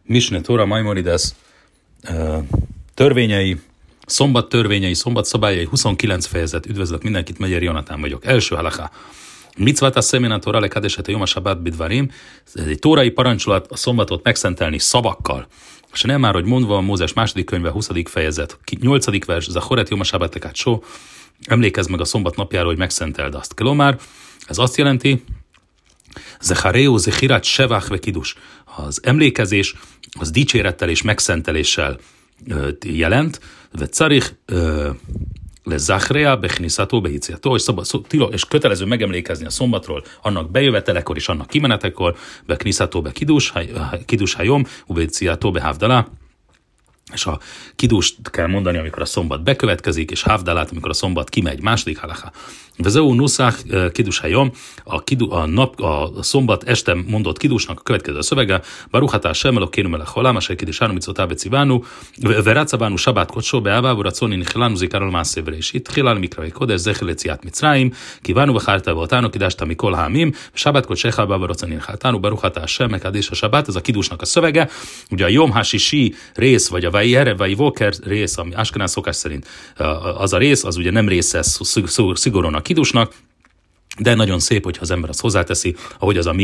Misne Tóra Maimonides törvényei, szombat törvényei, szombat szabályai, 29 fejezet. Üdvözlök mindenkit, Megyer Jonatán vagyok. Első halaká. Mitzvát a szeménen Tóra lekádesete Jom a Sabbat bidvarim. Ez egy tórai parancsolat a szombatot megszentelni szavakkal. És nem már, hogy mondva a Mózes második könyve, 20. fejezet, 8. vers, Zachoret Jom a Sabbat lekát so, emlékezz meg a szombat napjára, hogy megszenteld azt. Kelomár, ez azt jelenti, Zechareu Zechirat Sevach ve Kidus. Az emlékezés, az dicsérettel és megszenteléssel jelent, ve carich le Zachrea bechniszató behiciató, és kötelező megemlékezni a szombatról, annak bejövetelekor és annak kimenetekor, bechniszató be Kidus hajom, ubehiciató be Havdala, és a kidust kell mondani, amikor a szombat bekövetkezik, és havdalát, amikor a szombat kimegy. Második halacha. Vezeu nuszach kidus hajom, a szombat este mondott kidusnak a következő szövege, Baruch Hashem Elokeinu melech haolam, asher kiddushanu mitzvotav betzivanu, veratzavanu shabbat kodsho be'ava, v'ratzoni nichelanu zikaron ma'aseh bereshit, tchila mikra kodesh zecher letziat Mitzrayim, kivanu v'charta v'otanu kidashta mikol ha'amim, shabbat kodshecha be'ava v'ratzoni nicheltanu, Baruch Hashem mekadesh a shabbat, ez a kidusnak a szövege. Ugye a Jom HaShishi rész, vagy a Vaivoker rész, ami Ashkenaz szokás szerint az a rész, az ugye nem része szigorúan a kidusnak, de nagyon szép, hogyha az ember azt hozzáteszi, ahogy az a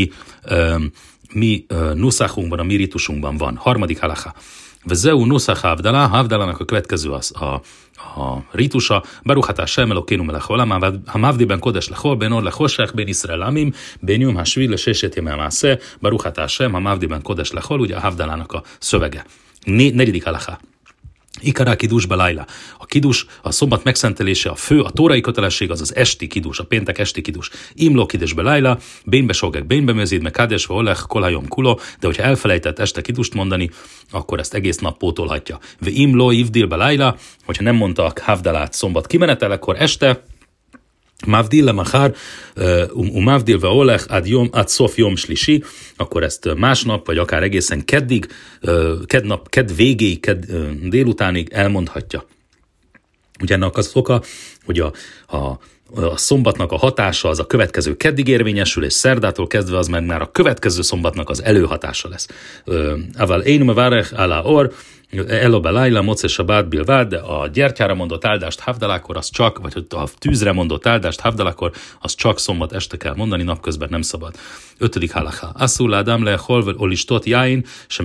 mi nuszachunkban, a mi ritusunkban van. Harmadik halacha. Vezeu nuszach havdalának a következő az a ritusa, Baruch Hashem Elokeinu melech haolam, hamavdiben kodesh lechol, ben or lechoshech, ben Israel amim, ben yom hashvi leseshet yemei ma'aseh, Baruch Hashem hamavdiben kodesh lechol, ugye a havdalának a szövege. Negyedik halacha. Ikara kidus belájla. A kidus, a szombat megszentelése, a fő, a tórai kötelesség az az esti kidus, a péntek esti kidus. Imlo kidus belájla, bénbe sogek, bénbe mözid, meg kádés, olech, kolhajom kulo, de hogyha elfelejtett este kidust mondani, akkor ezt egész nap pótolhatja. Ve imlo ivdil belájla, hogyha nem mondta a havdalát szombat kimenetel, akkor este Mavdil lemachar, mavdil veolech ad szof jom slishi, akkor ezt másnap, vagy akár egészen keddig, kedd végéig, kedd délutánig elmondhatja. Ugye ennek az oka, hogy a szombatnak a hatása az a következő keddig érvényesül, és szerdától kezdve az meg már a következő szombatnak az előhatása lesz. Aval én mevarech ala or, Elobe Laila, Moce Shabbat Bilvád, de a gyertyára mondott áldást havdalákor, az csak, vagy a tűzre mondott áldást havdalákor, az csak szombat este kell mondani, napközben nem szabad. 5. halacha. Asszul ládám le hol olistot jáin, se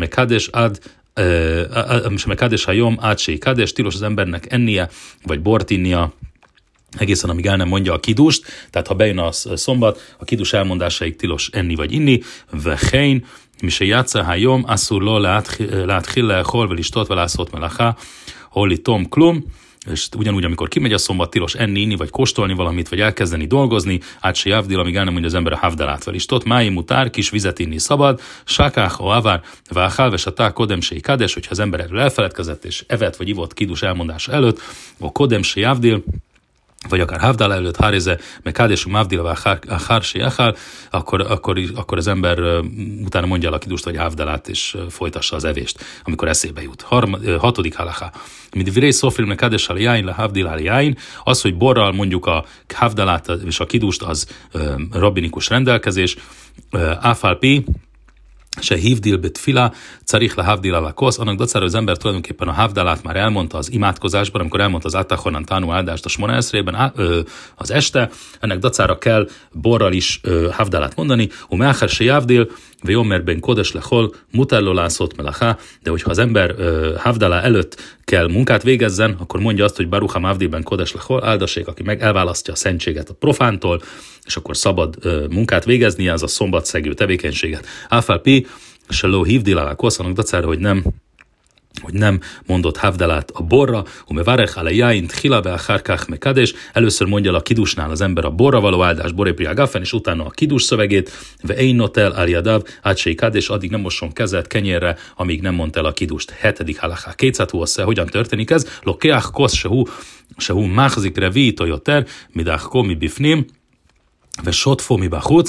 mekádés hajom át se ikádés, tilos az embernek ennie, vagy bort innia, egészen amíg el nem mondja a kidust, tehát ha bejön a szombat, a kidus elmondásaig tilos enni vagy inni, vechein, mi se játsza hajom, asszul lo látkhil lehol velistot velászot melacha, holi tom klum, és ugyanúgy, amikor kimegy a szombat, tilos enni, inni, vagy kóstolni valamit, vagy elkezdeni dolgozni, át se javdil, amíg el nem mondja az ember a havdalát velistot, máim utár, kis vizet inni szabad, sákách, o avár, váhál, vesatá, kodem se ikades, hogyha az ember erről elfeledkezett, és evett vagy ivott kidus elmondása előtt, o kodem se javdil, vagy akár havdala előtt háréze, meg kádésú mávdila a hársi achál, akkor az ember utána mondja a kidust vagy havdalát, és folytassa az evést, amikor eszébe jut. 6. halacha. Mint viré szofrim, meg kádés al jáin, le havdil al jáin, az, hogy borral mondjuk a havdalát és a kidust, az rabbinikus rendelkezés. Áfálpi, se hívdil betfila, carich le havdil ala kosz, annak dacára, az ember tulajdonképpen a havdalát már elmondta az imádkozásban, amikor elmondta az átachonan tánú áldást a Smona Eszrében az este, ennek dacára kell borral is havdalát mondani, me'achar se javdil, vejomerben kodes lehol, mutello lászot melacha, de hogyha az ember havdalá előtt kell munkát végezzen, akkor mondja azt, hogy Baruch hamavdilben kodes lehol, áldassék, aki meg elválasztja a szentséget a profántól, és akkor szabad munkát végeznie, az a szombatszegő tevékenységet. Áfálpi, se lo hívdil ala kosz, annak dacára, hogy nem mondott havdalát a borra, umevarech ale jáin tchila beachárkach mekadés, először mondja a kidusnál az ember a borra való áldás, borépri agafen, és utána a kidus szövegét, ve ein notel aliadav, átsei kadés, addig nem mosson kezet kenyérre, amíg nem mondta el a kidust. 7. halacha. 200 hogyan történik ez? Lokeach kosz sehu machzik revi tojoter, midach komi bifnim, Vesotfó mi bachúc,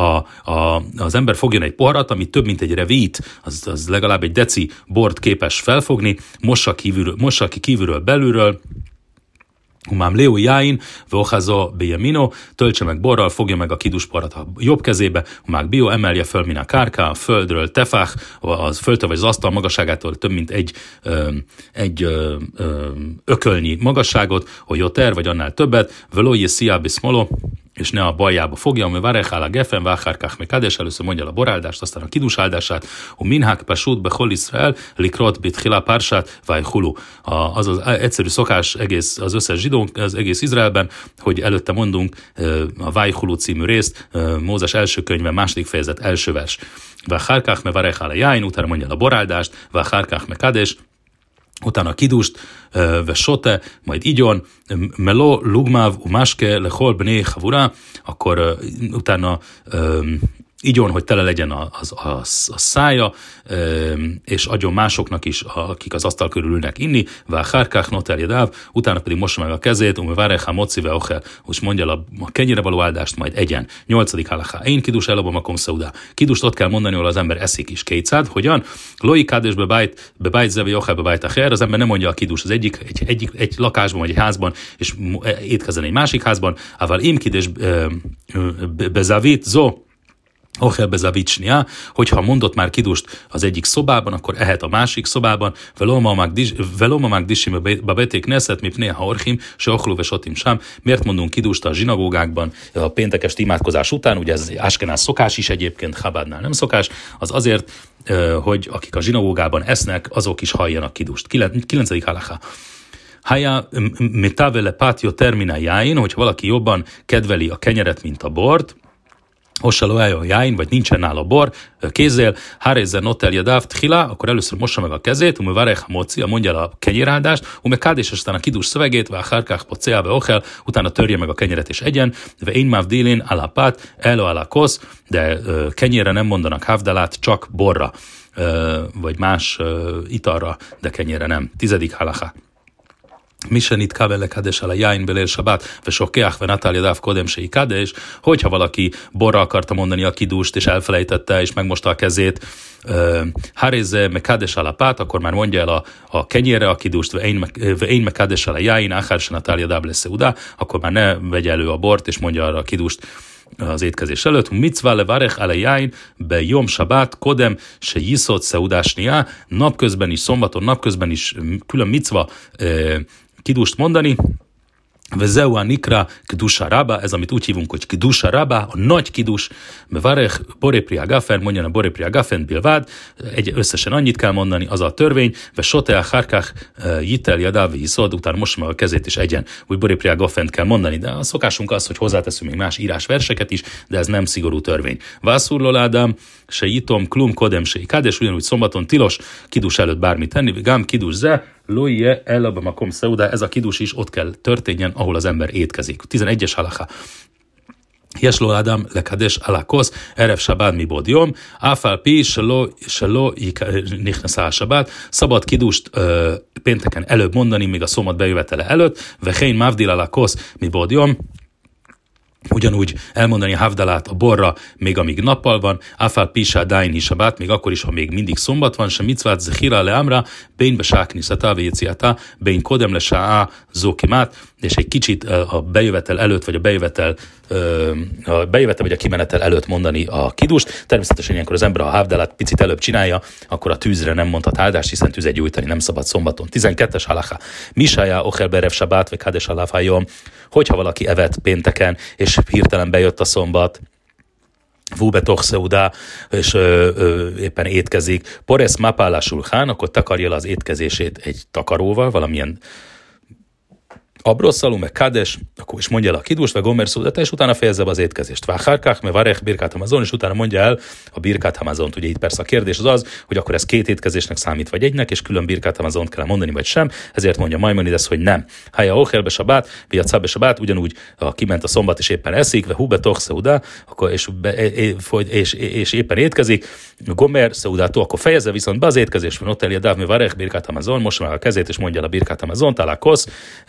az ember fogjon egy poharat, ami több mint egy revít, az legalább egy deci bort képes felfogni, mossa ki kívülről belülről, Umám Léu Jáin, Vochazo Bejamino, töltse meg borral, fogja meg a kidusporat a jobb kezébe, umák bio, emelje föl, min a kárká, a földről, tefach, a földtől vagy az asztal magasságától több mint egy ökölnyi magasságot, hogy joter, vagy annál többet, velói sziábi smolo, és ne a baljába fogja, ami várechál a gefen, váhárkák meg kádés, először mondja a boráldást, aztán a kidus áldását, minhák pasút bechol Israel, likrot bit pársát, vagy hulu. Az az egyszerű szokás egész, az összes zsidó, az egész Izraelben, hogy előtte mondunk a Vájhulu című részt, Mózes első könyve, második fejezet, első vers. Váhárkák me várechál a jáin, utána mondja a boráldást, váhárkák me kádés, utána a kidust, ve sote, majd igyon, melo lugmáv umáske lehol bné havura, akkor utána igyon, hogy tele legyen a szája, és adjon másoknak is, akik az asztal körül ülnek inni, váhárkák noter jedáv, utána pedig mossa meg a kezét, várechá mocive ochel, és mondja a kenyére való áldást, majd egyen. 8. halachá. Én kidus elobom a komszaudá. Kidust ott kell mondani, ahol az ember eszik is. Kétszád, hogyan? Loi kádés bebájt zevi ochel bebájt a her, az ember nem mondja a kidus az egy lakásban vagy egy házban, és étkezzen egy másik házban, ával im kidés bezavit zo, Ochel zavicsnia, hogyha mondott már kidust az egyik szobában, akkor ehet a másik szobában, veloma mag dishim babeték neszet, mi pnéha orchim, se ochlu vesotim sám. Miért mondunk kidust a zsinagógákban a péntekesti imádkozás után, ugye ez áskenás szokás is egyébként, Chabádnál nem szokás, az azért, hogy akik a zsinagógában esznek, azok is halljanak kidust. 9. halacha. Hája mitávele pátio termina jáin, hogyha valaki jobban kedveli a kenyeret, mint a bort, Hossalóája a jáin, vagy nincsen nála bor, kézzel, hárézzer notel jadáv tchila, akkor először mossa meg a kezét, várech mocia, mondja el a kenyéráldást, kádés, aztán a kidus szövegét, várkák pocéábe ochel, utána törje meg a kenyeret és egyen, ve én máv délén alapát, elo alakosz, de kenyérre nem mondanak havdalát, csak borra, vagy más italra, de kenyérre nem. 10. halacha. Mission itt kábel kádés a jáin belél sabát, ve sokeach ve natál jadáv kodem se kádés, hogyha valaki borra akarta mondani a kidust, és elfelejtette, és megmosta a kezét, hárézze me kádés alapát, akkor már mondja el a kenyérre a kidust, ve én me kádés a jáin, áhár se natál jadáv lesz udá, akkor már ne vegye elő a bort, és mondja arra a kidust az étkezés előtt, mitzvá levarech ale jáin be jom sabát kodem se jiszot szeudásniá, napközben is, szombaton napközben is külön mitzva kidust mondani, Vezeu a nikra kdusa rabba, ez amit úgy hívunk, hogy kdusa rabba, a nagy kidus, mevarech borépri agafen, mondjon a borépri agafen bilvád, összesen annyit kell mondani, az a törvény, ve sotea harkach jitel jadáv hiszod, utána most meg a kezét is egyen, úgy borépri agafent kell mondani, de a szokásunk az, hogy hozzáteszünk még más írásverseket is, de ez nem szigorú törvény. Vászurlol Ádám, se jitom, klum, kodem, se ikádés, ugyanúgy szombaton tilos kidus előtt bármit tenni, gám kidus ze, Loie elabam a komszeuda, ez a kidus is ott kell történjen, ahol az ember étkezik. 11. halacha. Yeslo Adam lekades alakosz, erev sabád mi bod jom, áfál pi, selo nichneszá a sabád, szabad kidust pénteken előbb mondani, még a szombat bejövetele előtt, vehén mávdil alakosz mi bod jom, ugyanúgy elmondani a havdalát a borra, még amíg nappal van, áfál pisá dáin hisabát, még akkor is, ha még mindig szombat van, sem mitzvát zechira leámra, bein besákni szatá véciátá, bein kodem le sáá zókimát, és egy kicsit a bejövetel előtt, vagy a bejövetel vagy a kimenetel előtt mondani a kidust. Természetesen ilyenkor az ember, ha a havdalát picit előbb csinálja, akkor a tűzre nem mondhat áldást, hiszen tüzet gyújtani nem szabad szombaton. 12. halacha. Misája ochel berev sabát, vagy kades aláfájom, hogyha valaki evett pénteken, és hirtelen bejött a szombat, Vúbe tochszeudá, és éppen étkezik, poresz mapálá sulhán, akkor takarja le az étkezését egy takaróval, valamilyen abrosszalú, meg kádés, akkor is mondja el a kidust, vagy gomer szódata, és utána fejezze be az étkezést. Váhárkák, me varech birkát hamazon, és utána mondja el a birkát hamazont. Ugye itt persze a kérdés az, hogy akkor ez két étkezésnek számít, vagy egynek, és külön birkát hamazont kell mondani, vagy sem. Ezért mondja Maimonides, hogy nem. Hája ochelbe sabát, vagy a cabbe sabát, ugyanúgy kiment a szombat, és éppen eszik, ve hube toch szeudá, akkor és éppen étkezik, gomer szeudától, akkor fejezze viszont be az étkezést, van ott elje dáv, me varech birkát hamazon, most meg a kezét, és mondja el a birkát hamazont, alákosz,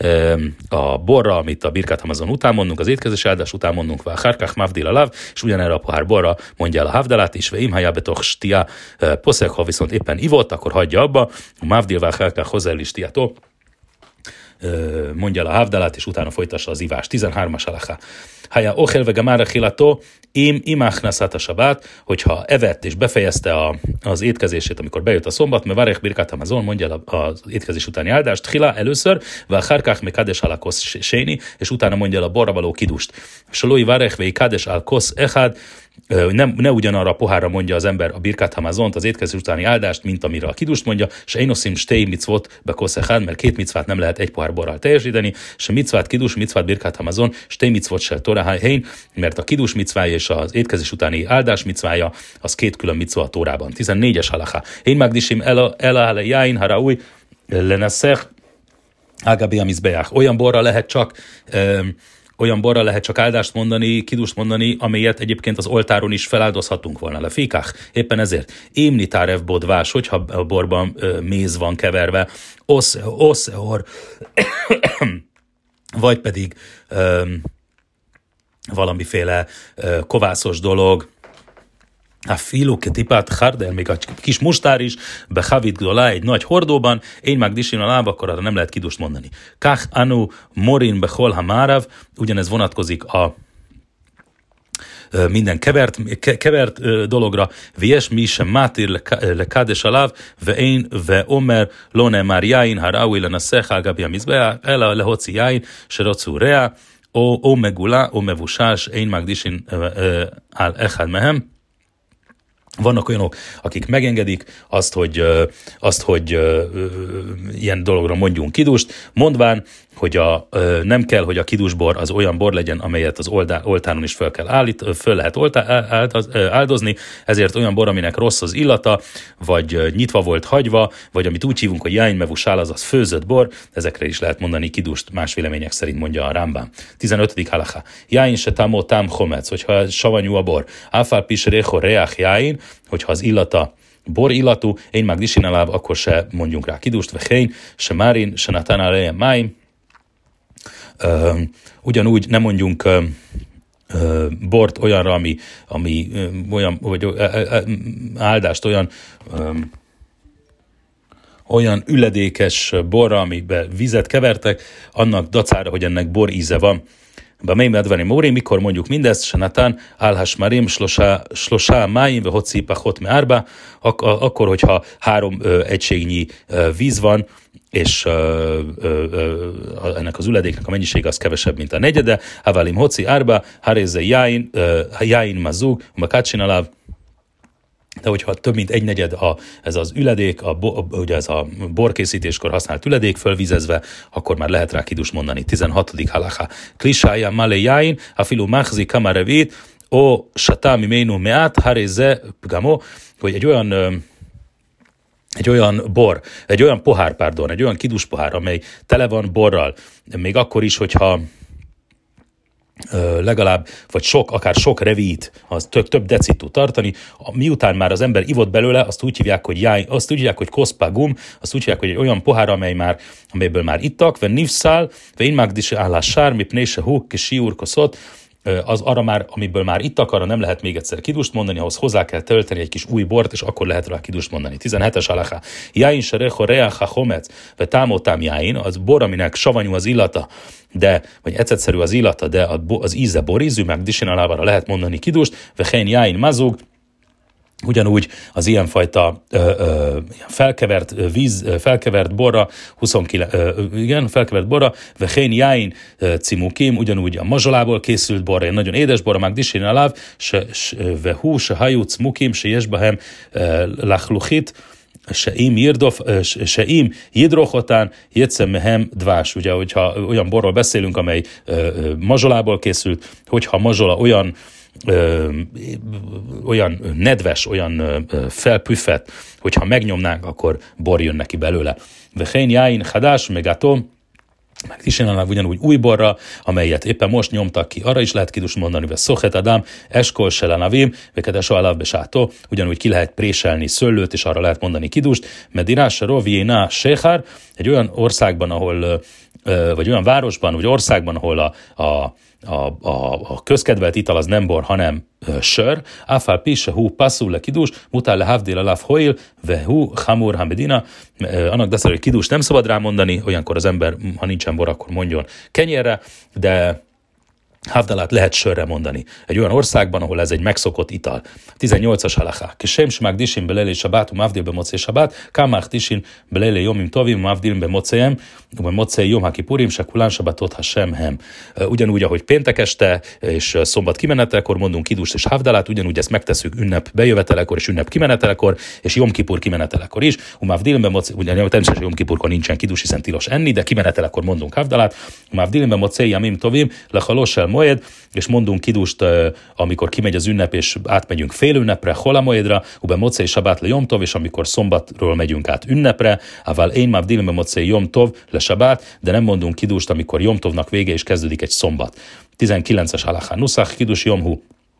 a borra, amit a birkát hamazon után mondunk, az étkezés áldás után mondunk, vá harkach mavdil alav, és ugyanerre a pohár borra mondja el a havdalát is, ve imhájá betoch stia poszek, ha viszont éppen ivott, akkor hagyja abba, mavdil vá harkach hozel is stiától, mondja el a havdalát, és utána folytassa az ivást. 13-as halacha. Haja ochel vegamara chilato, imachnaszat a sabát, hogyha evett és befejezte az étkezését, amikor bejött a szombat, mevarech birkat hamazon, mondja az étkezés utáni áldást, tchila először, v'acharkach mekades ala kosz séni, és utána mondja el a borra való kidust. Saloi varech veikades al kosz echad, ne ugyanarra a pohárra mondja az ember a birkat hamazont, az étkezés utáni áldást, mint amire a kidust mondja, se enoszim stei mitzvot be kosz echad, mert 2 micvát nem lehet egy pohár borral teljesíteni, se micvát kidus, micvát birkat hamazon, stei mitzvot se Tóra hein, mert a kidus micvája és az étkezés utáni áldás micvája az 2 külön micva a Tórában. 14-es halacha. Én magdisim ela jain haraúj leneszech ágabi amizbeach. Olyan borra lehet csak áldást mondani, kidust mondani, amelyet egyébként az oltáron is feláldozhatunk volna le. Fikach. Éppen ezért émni tárev bodvás, hogyha a borban méz van keverve, oszehor, vagy pedig valamiféle kovászos dolog, a filuke tipát hardel, még a kis mustár is, behavit glolá egy nagy hordóban, én magdisin a láb, akkor arra nem lehet kidust mondani. Kach anu morin behol hamárav, ugyanez vonatkozik a minden kevert dologra, vies mi sem mátir lekades aláv, ve én, ve omer, lone már jáin, haraui lena szechál gabia mizbea, ela lehoci jáin, se rocu rea, o megulá, o mevusás, én magdisin al echad mehem. Vannak olyanok, akik megengedik azt, hogy ilyen dologra mondjunk kidust, mondván, hogy nem kell, hogy a kidusbor az olyan bor legyen, amelyet az oltáron is föl lehet áldozni, ezért olyan bor, aminek rossz az illata, vagy nyitva volt hagyva, vagy amit úgy hívunk, hogy jáin mevusál, azaz főzött bor, ezekre is lehet mondani kidust, más vélemények szerint mondja a Rambam. 15. halacha. Jáin se tamó tám chomec, hogyha savanyú a bor. Áfál pisrecho reach jáin, hogyha az illata bor illatú, én már disinaláb, akkor se mondjunk rá kidust, vehén, se márin, se natán lejen máim. Ugyanúgy nem mondjunk bort olyanra, ami olyan, vagy áldást olyan üledékes borra, amiben vizet kevertek, annak dacára, hogy ennek bor íze van. Bamei medvani móri, mikor mondjuk mindezt, senatán álhasmarim slosá máim, ve hoci pachot me árba, akkor, hogyha 3 egységnyi víz van, és ennek az üledéknek a mennyisége az kevesebb, mint a negyede, havalim hoci árba, haréze jáin mazug, makácsin aláv, de hogyha több mint 1/4 ez az üledék, ugye ez a borkészítéskor használt üledék fölvízezve, akkor már lehet rá kidust mondani. 16. halacha. Klisája malé jáin, a filu machzi kamarevét, o satámi ménu meát, haréze pgamo, hogy egy olyan kidus pohár, amely tele van borral, még akkor is, hogyha legalább, vagy akár sok revít, az több decit tud tartani, miután már az ember ivott belőle, azt úgy hívják, hogy koszpagum, azt úgy hívják, hogy egy olyan pohár, amelyből már ittak, ve nivszál, ve én magdis állásár, mi pnése hú, kisi úrkoszot, az arra már, amiből már ittak, arra nem lehet még egyszer kidust mondani, ahhoz hozzá kell tölteni egy kis új bort, és akkor lehet rá kidust mondani. 17-es halacha. Jáin serecho reach hachomec, ve támotám jáin, az bor, aminek savanyú az illata, vagy ecetszerű az illata, de az íze borízű, meg disinalávára lehet mondani kidust, ve hén jáin mazug, ugyanúgy az ilyenfajta felkevert borra, felkevert borra, vehén jáin cimukim, ugyanúgy a mazsolából készült borra, nagyon édes borra, meg disin aláv, vehú, se hajú cimukim, se jesbahem lachluchit, se im jidrochotán, jegyszem mehem dvás. Ugye, hogyha olyan borról beszélünk, amely mazsolából készült, hogyha mazsola olyan nedves, olyan felpüffet, hogyha megnyomnánk, akkor bor jön neki belőle. Vehén jáin hadás, megató, meg tisenálnak ugyanúgy új borra, amelyet éppen most nyomtak ki, arra is lehet kidust mondani, ve szochet adam, eskol selenavim, vekedes aláv besátó, ugyanúgy ki lehet préselni szőlőt, és arra lehet mondani kidust, medinás roviéná séhár, egy olyan országban, ahol vagy olyan városban, vagy országban, ahol a közkedvelt ital az nem bor, hanem sör, áfál pisse hú passzul le kidus, mutál le havdél alaf hoil, ve hú hamur hamedina, annak deszar, hogy kidus nem szabad rámondani, olyankor az ember, ha nincsen bor, akkor mondjon kenyérre, de havdalát lehet sörre mondani. Egy olyan országban, ahol ez egy megszokott ital. 18-as halakha. Kishem shmag dishin belele shabbat, mavdil be motzei shabbat, kamach dishin belele yomim tovim, mavdil be motzeim, be motzei yom hakipurim, shekulan shabbatot hashem hem. Ugyanúgy, ahogy péntek este és szombat kimenetelekor mondunk kidust és havdalát, ugyanúgy ezt megtesszük ünnep bejövetelekor és ünnep kimenetelekor, és Jom Kipur kimenetelekor is. Mavdil be motzei, ugye természetesen Jom Kipurkor nincsen kidus, hiszen tilos enni, de kimenetelekor mondunk havdalát. Mavdil be motzei yomim tovim, lechalosel moed, és mondunk kidust, amikor kimegy az ünnep, és átmegyünk fél ünnepre, holamoedra, ube mocei sabát le Jom Tov, és amikor szombatról megyünk át ünnepre, ával én mavdil be mocei Jom Tov le sabát, de nem mondunk kidust, amikor Jom Tovnak vége, és kezdődik egy szombat. 19-es halakha. Nusach kidus Jom Hu.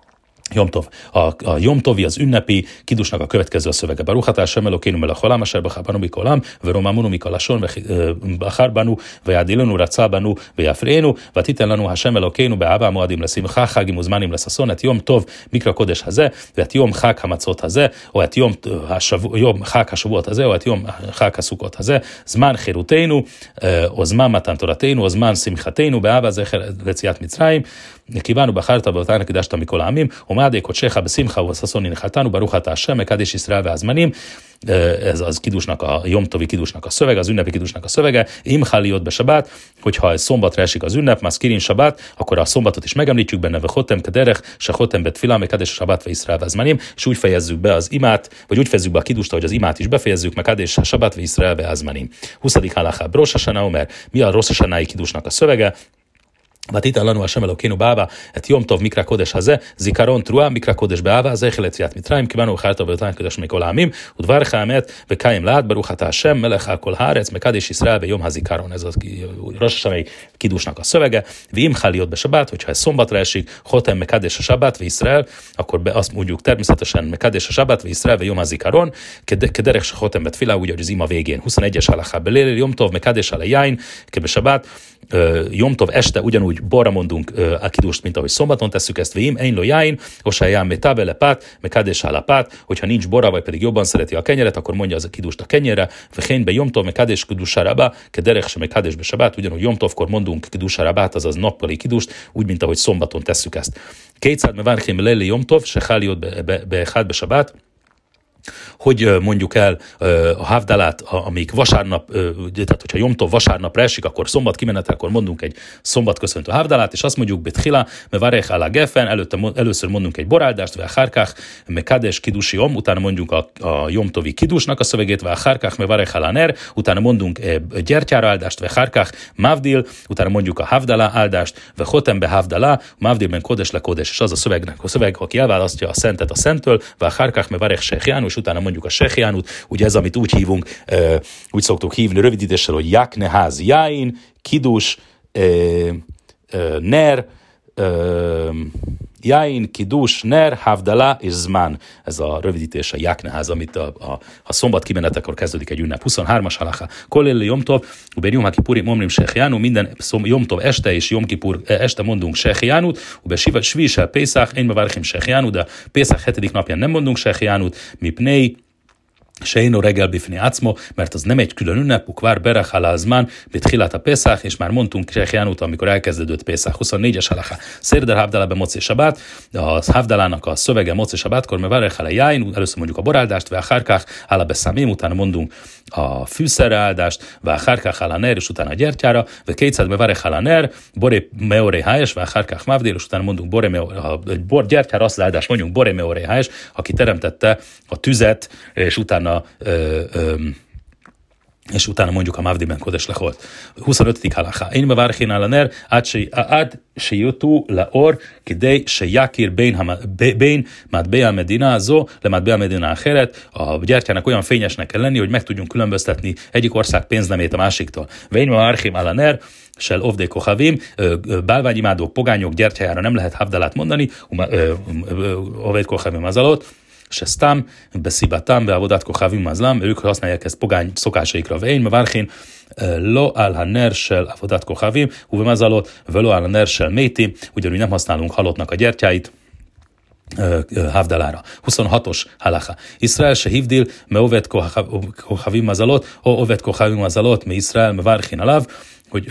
Jom Tov. A Jom Tovi, az ünnepi kidusnak a következő a szövege. Baruchatás sem elokénu melech holám, asher bacharbanu mikolam, veromamunu mikalason, bacharbanu, vejadilenu, racabanu, vejafrénu, vatiten lanu hasem elokénu, beábá moadim leszim, chágim uzmanim lesz a szon, et Jom Tov, mikra kodes haze, vet Jom chák hamatzot haze, o et Jom chák hasavot haze, o et Jom chák haszukot haze, zman cheruténu, o zman matantoraténu, o zman simchaténu, beábá zecher leciát Mitzrayim, kívánú bachárta beotának kidástam mikolámim, Mádékot Seha Beszimcha Vaszaszonin Hatánu Baruchatás Sem, Kadés Iszrael Vázmanim, ez az kidusnak a Jom Tovi kidusnak a szövege, az ünnepi kidusnak a szövege, Imchaliot be Sabát, hogyha szombatra esik az ünnep, Maszkirin Sabát, akkor a szombatot is megemlítjük benne, ve Chotem Kederech, se Chotem bet Filám, Kadés Sabát ve Iszrael Vázmanim, és úgy fejezzük be az imát, vagy úgy fejezzük be a kidust, hogy az imát is befejezzük, meg Kadés Sabát ve Iszrael Vázmanim. 20. halakha. Rosh Hashanah Omer, mi a Rosh Hashanah-i kidusnak a szövege? Vatita lanu Hashem Elokeinu beába, et Jom Tov mikra kodes haze, zikaron trua mikra kodes beába, zecher leciát Mitzrayim, kivánó hárta beotán kodes mikol ámim, udvárcha emet, vekaim lát, baruchatá Hashem, melech al kol hárec, mekadés Iszrael be Jom hazikaron, ez a Rosh Hashanah kidusnak a szövege, vim chaliot be sabát, hogyha ez szombatra esik, chotem mekadés a sabát, ve Iszrael, akkor azt mondjuk természetesen mekadés a sabát, ve Iszrael, ve Jom hazikaron, kederek se chotem bet filá, úgy, hogy az ima végén. 21-es halakha. Belélel Jom Tov mekadés ale jain, kebe sabát, Jom Tov este ugyanúgy borra mondunk a kidust, mint ahogy szombaton tesszük ezt, vém, einlo jáin, osáján me tábele pát, me kadés pát, hogyha nincs bora, vagy pedig jobban szereti a kenyeret, akkor mondja az a kidust a kenyerre, vehén be Jom Tov, me kadés kidusárába, kederek se me kadés be sabát, ugyanúgy Jom Tovkor mondunk kidusárábát, azaz nappali kidust, úgy, mint ahogy szombaton tesszük ezt. 200 me várhém leli Jom Tov, se háliot be hát be sabát, hogy mondjuk el a havdalát, amíg vasárnap, tehát hogyha Jom Tov vasárnapra esik, akkor szombat kimenetelkor mondunk egy szombatköszöntő havdalát, és azt mondjuk Bethila, me varech ala gefen, először mondunk egy boráldást, ve hárkach, me kades kidusi Jom, utána mondjuk a Jom Tovi kidusnak a szövegét, ve hárkach, me varech ala ner, utána mondunk gyertyára áldást, ve hárkach, mavdil, utána mondjuk a havdala áldást, ve chotem be havdala, mavdil ben kodes le kodes, és az a szöveg, aki elválasztja a szentet a szenttől, ve hárkach, me varech shechjánus, utána mondjuk a Sechjánut, ugye ez, amit úgy hívunk, úgy szoktuk hívni rövidítéssel, hogy Jakneház Jáin, Kidus, Ner, Jáin, Kidus, Ner, Havdala és Zman. Ez a rövidítés a Jakneház, amit a szombat kimenetekor kezdődik egy ünnep. 23-as halakha. Kolélli Jom Tov, uber Jom HaKippurim omrim Sechjánu, minden Jom Tov este és Jom Kippur este mondunk Sechjánut, uber Svisel Pészach, én bevárchim Sechjánu, de Pészach 7. napján nem mondunk Sechjánut, mipnei, Seino reggel bifni ácmo, mert az nem egy külön ünnep, ukvár berach halázmán, bitchilat a Pészach, és már mondtunk Sechjánut, amikor elkezdődött Pészach. 24-es halakha. Szérder havdala be mocé sabát, a havdalának a szövege mocé sabátkor, mert varech hala jáin, először mondjuk a boráldást, ve a hárkach, hala beszamim, utána mondunk a fűszerre áldást, ve a hárkach hala ner, és utána a gyertyára, ve 200 be varech hala ner, boré meoré hájes, ve a hárkach mavdél, és utána mondunk bor gyertyára azt áldást, mondjuk boré meoré hájes, aki teremtette a tüzet, és utána mondjuk a Mavdiben Kodes leholt. 25. halakha. Én bevárchén áll a ner, át se jutu le or, kidej se jakir bén matbea medina zo, le matbea medina acheret. A gyertyának olyan fényesnek kell lenni, hogy meg tudjunk különböztetni egyik ország pénznemét a másiktól. Én bevárchén áll a ner, Sel ovdé kochavim, bálványimádók, pogányok gyertyájára nem lehet havdalát mondani, ovét kochavim az alatt, se sztám, beszibátám, beavodát kochavim mazlám, ők használják ezt pogány szokásaikra. Vein, mevárchén, lo álha nersel, avodát kochavim, uvemazalot, velo álha nersel méti, ugyanúgy nem használunk halottnak a gyertyáit, Havdalára. 26-os halacha. Iszrael se hívdil, me ovet kochavim mazalot, o ovet kochavim mazalot, me Iszrael, me várchin alav, hogy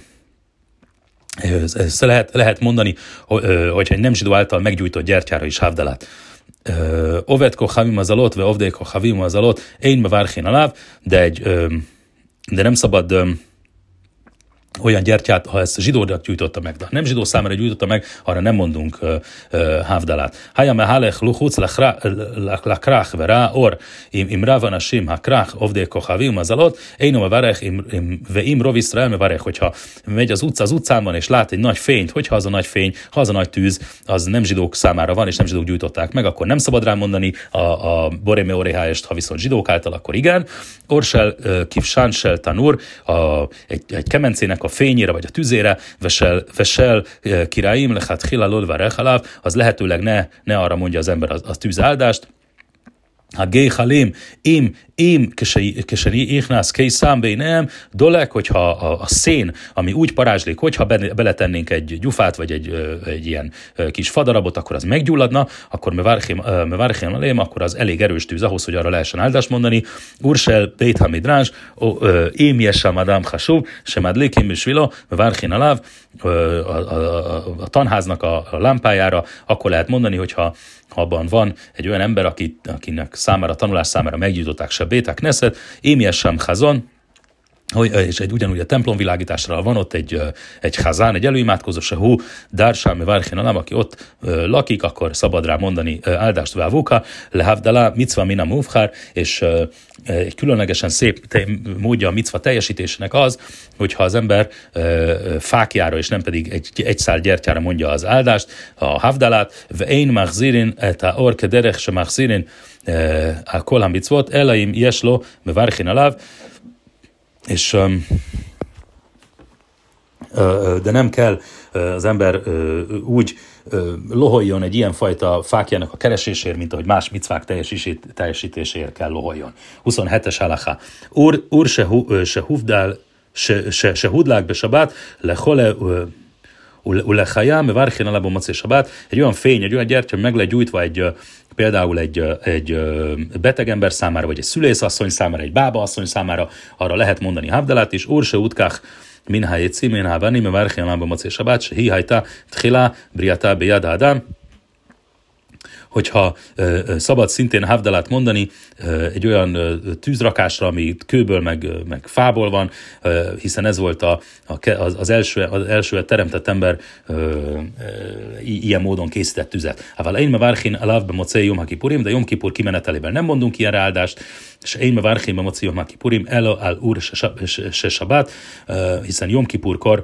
ezt lehet mondani, hogyha egy nem zsidó által meggyújtott gyertyára is Havdalát. Ovet kochavim mazalot, ve ovdé kochavim mazalot, én me várchin alav, de nem szabad olyan gyertyát, ha ezt zsidónak gyújtotta meg, de ha nem zsidó számára gyújtotta meg, arra nem mondunk Havdalát. Haya mehalech luchutz lakrach verá or im rav anashim hakrach ovdei kochavim mazalot, eino mevarech veim rov Iszrael mevarech, hogyha megy az utcán van és lát egy nagy fényt, hogyha az a nagy fény, ha az a nagy tűz, az nem zsidók számára van, és nem zsidók gyújtották meg, akkor nem szabad rá mondani a boré meoréháest, ha viszont zsidók által, akkor igen. Orsel kivsán sel tanur, egy kemencének a fényére vagy a tüzére, vesel királyim, lechat hilalod varechalav, az lehetőleg ne arra mondja az ember a tűzáldást. A géhalim, im keseni ichnász készám bénem, dolek, hogyha a szén, ami úgy parázslik, hogyha beletennénk egy gyufát, vagy egy ilyen kis fadarabot, akkor az meggyulladna, akkor mevárchém além, akkor az elég erős tűz ahhoz, hogy arra lehessen áldást mondani. Ursel Beit Hamidrás, im yesham adam chashuv, shemadlikim bishvilo, mevárchén alav, a tanháznak a lámpájára, akkor lehet mondani, hogyha abban van egy olyan ember, akinek tanulás számára meggyújtották se béták neszet, émies sem chazon, és ugyanúgy a templomvilágításra van ott egy chazán, egy előimádkozó, se hú, dársám, várchén alám, aki ott lakik, akkor szabad rá mondani áldást vávuka, lehavdalá, micva mina muvhár, és egy különlegesen szép módja a micva teljesítésének az, hogyha az ember fákjára, és nem pedig egy szál gyertyára mondja az áldást, a havdalát, ve én machzirin, et a orke derech se machzirin, a kol hamicvot, elaim jeslo, várchén aláv, és de nem kell az ember úgy loholjon egy ilyenfajta fákjának a keresésért, mint ahogy más micvák teljesítéséért kell loholjon. 27-es halacha. Úr se huvdál, se hudlák be sabát, lehole ulechajá, mevárchén alapon macé sabát, egy olyan fény, egy olyan gyertya, meg lehet gyújtva például egy beteg ember számára, vagy egy szülészasszony számára, egy bábaasszony számára, arra lehet mondani Havdalát is. Úr se utkach minha jetzi, minha vani, mevárchén alapon macé sabát, se hihajta, tchila, briata, bejad adam. Hogyha szabad szintén Havdalát mondani egy olyan tűzrakásra, ami kőből meg fából van, hiszen ez volt az első teremtett ember ilyen módon készített tüzet. Aval én mevárchén aláv bemocé Jom HaKippurim, de Jom Kippur kimenetelében nem mondunk ilyen áldást, és én mevárchén bemocé Jom HaKippurim, elo al úr se sabát, hiszen Jom Kippurkor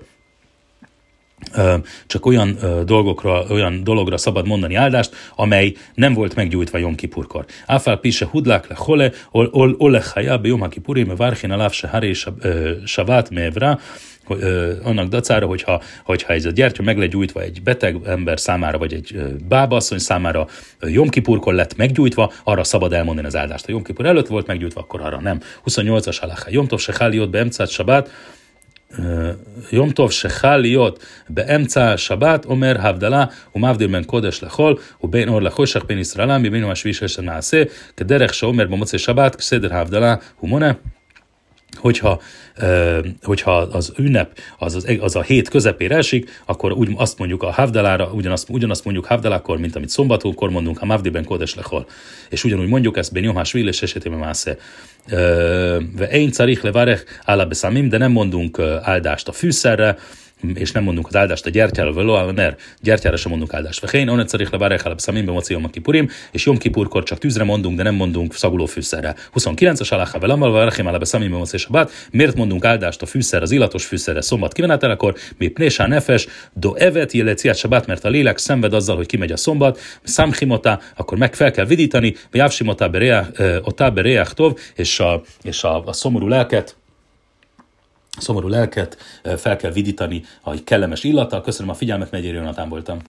csak olyan dologra szabad mondani áldást, amely nem volt meggyújtva Jom Kippurkor. Áfál pise hudlák le hole, olechajá be Jom HaKippurim, várchén aláv se haré savát mevra, annak dacára, hogyha ez a gyertya meg lett gyújtva egy beteg ember számára, vagy egy bábaasszony számára, Jom Kippurkor lett meggyújtva, arra szabad elmondani az áldást. Ha Jom Kippur előtt volt meggyújtva, akkor arra nem. 28-as halacha. Jom tov se cháliot be emcát sabát, Jom tov shechal liot beemca shabbat omer havdala umavdil ben kodesh lechol uben or lechoshech ben Yisraelam ben mashvi sheshen maaseh kederech sheomer b'motzei shabbat kseder havdala humone. Hogyha az ünnep az a hét közepére esik, akkor úgy azt mondjuk a Havdalára, ugyanazt mondjuk Havdalákor, mint amit szombatkor mondunk, a Mavdi ben Kodesh lechol. És ugyanúgy mondjuk ezt ben Yom HaShvi és esetében másze. Ve ein carich levarech ala besamim, de nem mondunk áldást a fűszerre, és nem mondunk az áldást a gyertyára, gyertyára sem mondunk áldást. Vehén, onet carich levarech ala besamim bemocé Jom HaKippurim, és Jom Kippurkor csak tűzre mondunk, de nem mondunk szagoló fűszerre. 29-as halacha velamal varechim ala besamim bemocé sabbat. Miért mondunk áldást a fűszer, az illatos fűszerre szombat kimenetelekor? Mi pnésá nefes, do evet jeleciát sabbat, mert a lélek szenved azzal, hogy kimegy a szombat, számchimota, akkor meg fel kell vidítani, javsimota bereach tov, és a szomorú lelket fel kell vidítani a kellemes illattal. Köszönöm a figyelmet, Megyér Jonatán voltam.